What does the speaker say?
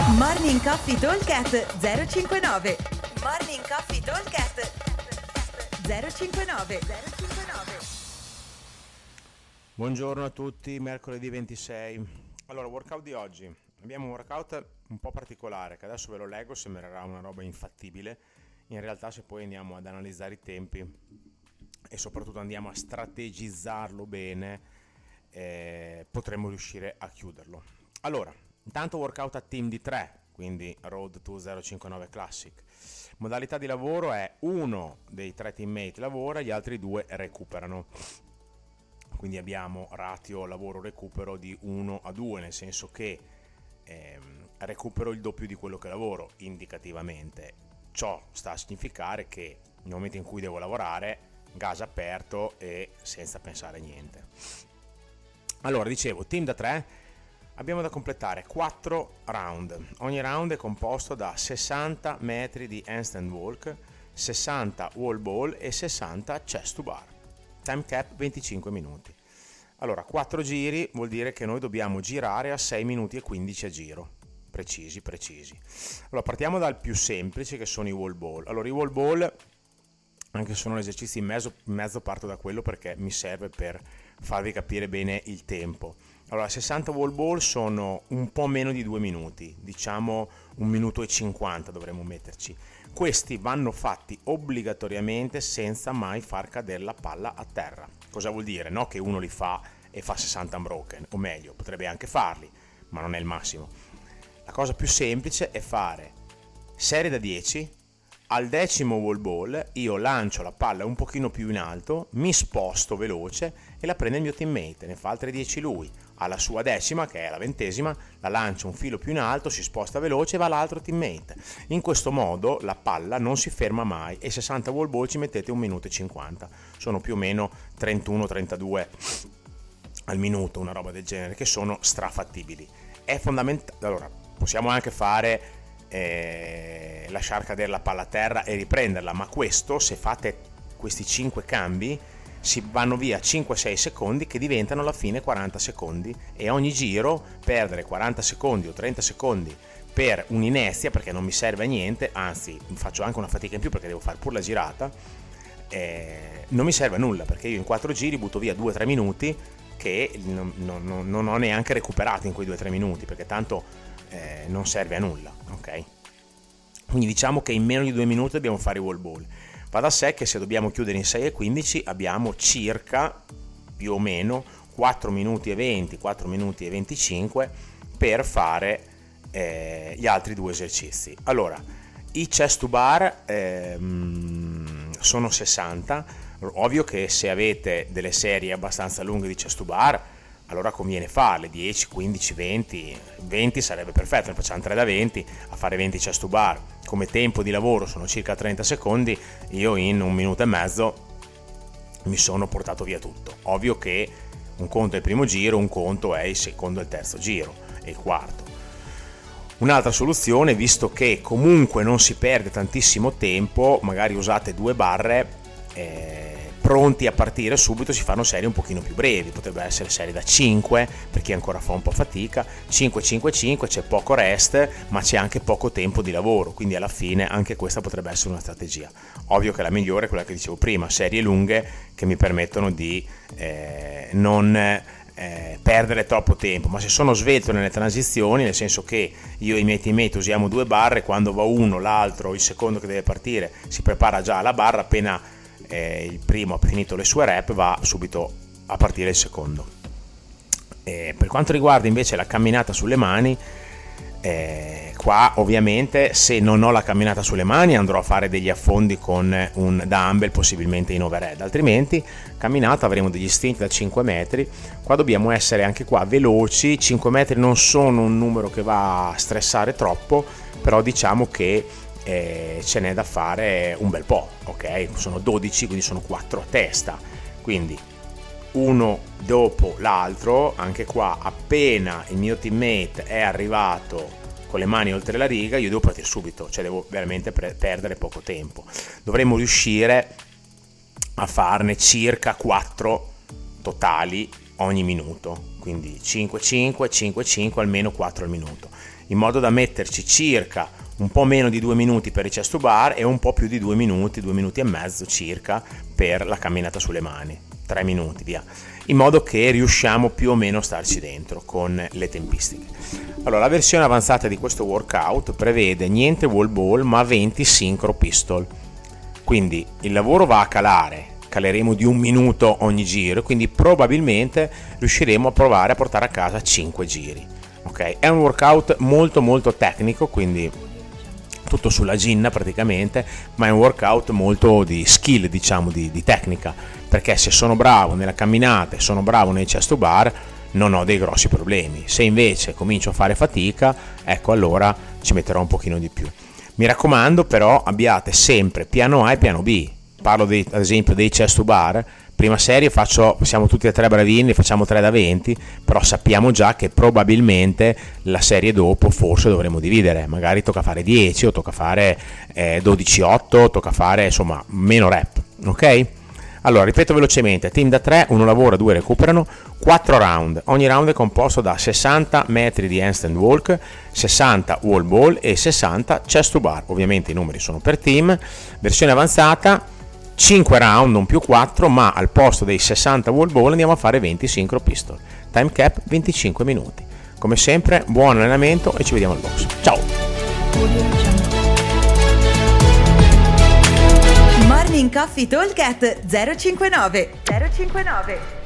Morning Coffee Talkcast 059. Morning Coffee Talkcast 059. Buongiorno a tutti, mercoledì 26. Allora, workout di oggi. Abbiamo un workout un po' particolare che adesso ve lo leggo, sembrerà una roba infattibile. In realtà, se poi andiamo ad analizzare i tempi e soprattutto andiamo a strategizzarlo bene, potremmo riuscire a chiuderlo. Allora, intanto workout a team di 3, quindi Road to 059 Classic. Modalità di lavoro è uno dei 3 teammate lavora, gli altri 2 recuperano. Quindi abbiamo ratio lavoro-recupero di 1-2, nel senso che recupero il doppio di quello che lavoro, indicativamente. Ciò sta a significare che nel momento in cui devo lavorare, gas aperto e senza pensare a niente. Allora, dicevo, team da 3, abbiamo da completare 4 round. Ogni round è composto da 60 metri di handstand walk, 60 wall ball e 60 chest to bar. Time cap 25 minuti. Allora, 4 giri vuol dire che noi dobbiamo girare a 6 minuti e 15 a giro. Precisi. Allora, partiamo dal più semplice, che sono i wall ball. Allora, i wall ball, anche se sono esercizi in mezzo parto da quello perché mi serve per farvi capire bene il tempo. Allora, 60 wall ball sono un po' meno di 2 minuti, diciamo 1 minuto e 50 dovremmo metterci. Questi vanno fatti obbligatoriamente senza mai far cadere la palla a terra. Cosa vuol dire? No che uno li fa e fa 60 unbroken, o meglio, potrebbe anche farli, ma non è il massimo. La cosa più semplice è fare serie da 10, al 10° wall ball io lancio la palla un pochino più in alto, mi sposto veloce e la prende il mio teammate, ne fa altre 10 lui. Alla sua 10ª, che è la 20ª, la lancia un filo più in alto, si sposta veloce e va all'altro teammate. In questo modo la palla non si ferma mai e 60 wall ball ci mettete 1 minuto e 50. Sono più o meno 31-32 al minuto, una roba del genere, che sono strafattibili. È fondamentale. Allora, possiamo anche fare lasciar cadere la palla a terra e riprenderla, ma questo, se fate questi 5 cambi, si vanno via 5-6 secondi che diventano alla fine 40 secondi e ogni giro perdere 40 secondi o 30 secondi per un'inerzia, perché non mi serve a niente, anzi faccio anche una fatica in più perché devo fare pure la girata, non mi serve a nulla, perché io in 4 giri butto via 2-3 minuti che non ho neanche recuperato in quei 2-3 minuti, perché tanto non serve a nulla, ok? Quindi diciamo che in meno di 2 minuti dobbiamo fare i wall ball. Va da sé che se dobbiamo chiudere in 6 e 15 abbiamo circa, più o meno, 4 minuti e 20, 4 minuti e 25 per fare gli altri 2 esercizi. Allora, i chest to bar sono 60. Ovvio che se avete delle serie abbastanza lunghe di chest to bar, allora conviene farle 10, 15, 20 sarebbe perfetto, ne facciamo 3 da 20, a fare 20 chest to bar. Come tempo di lavoro sono circa 30 secondi, io in 1 minuto e mezzo mi sono portato via tutto. Ovvio che un conto è il primo giro, un conto è il secondo e il terzo giro e il quarto. Un'altra soluzione, visto che comunque non si perde tantissimo tempo, magari usate 2 barre pronti a partire subito, si fanno serie un pochino più brevi, potrebbe essere serie da 5 per chi ancora fa un po' fatica, 5-5-5, c'è poco rest ma c'è anche poco tempo di lavoro, quindi alla fine anche questa potrebbe essere una strategia. Ovvio che la migliore è quella che dicevo prima, serie lunghe che mi permettono di non perdere troppo tempo, ma se sono svelto nelle transizioni, nel senso che io e i miei teammate usiamo 2 barre, quando va uno, l'altro, il secondo che deve partire si prepara già alla barra, appena il primo ha finito le sue rep va subito a partire il secondo. Per quanto riguarda invece la camminata sulle mani, qua ovviamente se non ho la camminata sulle mani andrò a fare degli affondi con un dumbbell, possibilmente in overhead, altrimenti camminata avremo degli stint da 5 metri. Qua dobbiamo essere anche qua veloci, 5 metri non sono un numero che va a stressare troppo, però diciamo che ce n'è da fare un bel po', ok? Sono 12, quindi sono 4 a testa, quindi uno dopo l'altro. Anche qua appena il mio teammate è arrivato con le mani oltre la riga io devo partire subito, cioè devo veramente perdere poco tempo. Dovremmo riuscire a farne circa 4 totali ogni minuto, quindi 5-5, 5-5, almeno 4 al minuto. in modo da metterci circa un po' meno di 2 minuti per i chest to bar e un po' più di 2 minuti e mezzo circa per la camminata sulle mani, 3 minuti via, in modo che riusciamo più o meno a starci dentro con le tempistiche. Allora, la versione avanzata di questo workout prevede niente wall ball ma 20 synchro pistol, quindi il lavoro va a caleremo di 1 minuto ogni giro, quindi probabilmente riusciremo a provare a portare a casa 5 giri. Ok, è un workout molto molto tecnico, quindi tutto sulla ginna praticamente, ma è un workout molto di skill, diciamo di tecnica, perché se sono bravo nella camminata e sono bravo nei chest to bar non ho dei grossi problemi. Se invece comincio a fare fatica, ecco, allora ci metterò un pochino di più. Mi raccomando però, abbiate sempre piano A e piano B. Parlo ad esempio dei chest to bar. Prima serie siamo tutti e 3 bravini, facciamo 3 da 20, però sappiamo già che probabilmente la serie dopo forse dovremo dividere, magari tocca fare 10 o tocca fare 12-8, tocca fare insomma meno rep, ok? Allora, ripeto velocemente: team da 3, 1 lavora, 2 recuperano, 4 round, ogni round è composto da 60 metri di handstand walk, 60 wall ball e 60 chest to bar, ovviamente i numeri sono per team. Versione avanzata, 5 round, non più 4, ma al posto dei 60 wall ball andiamo a fare 20 synchro pistol, time cap 25 minuti. Come sempre, buon allenamento e ci vediamo al box. Ciao! Morning Coffee Talk at 059.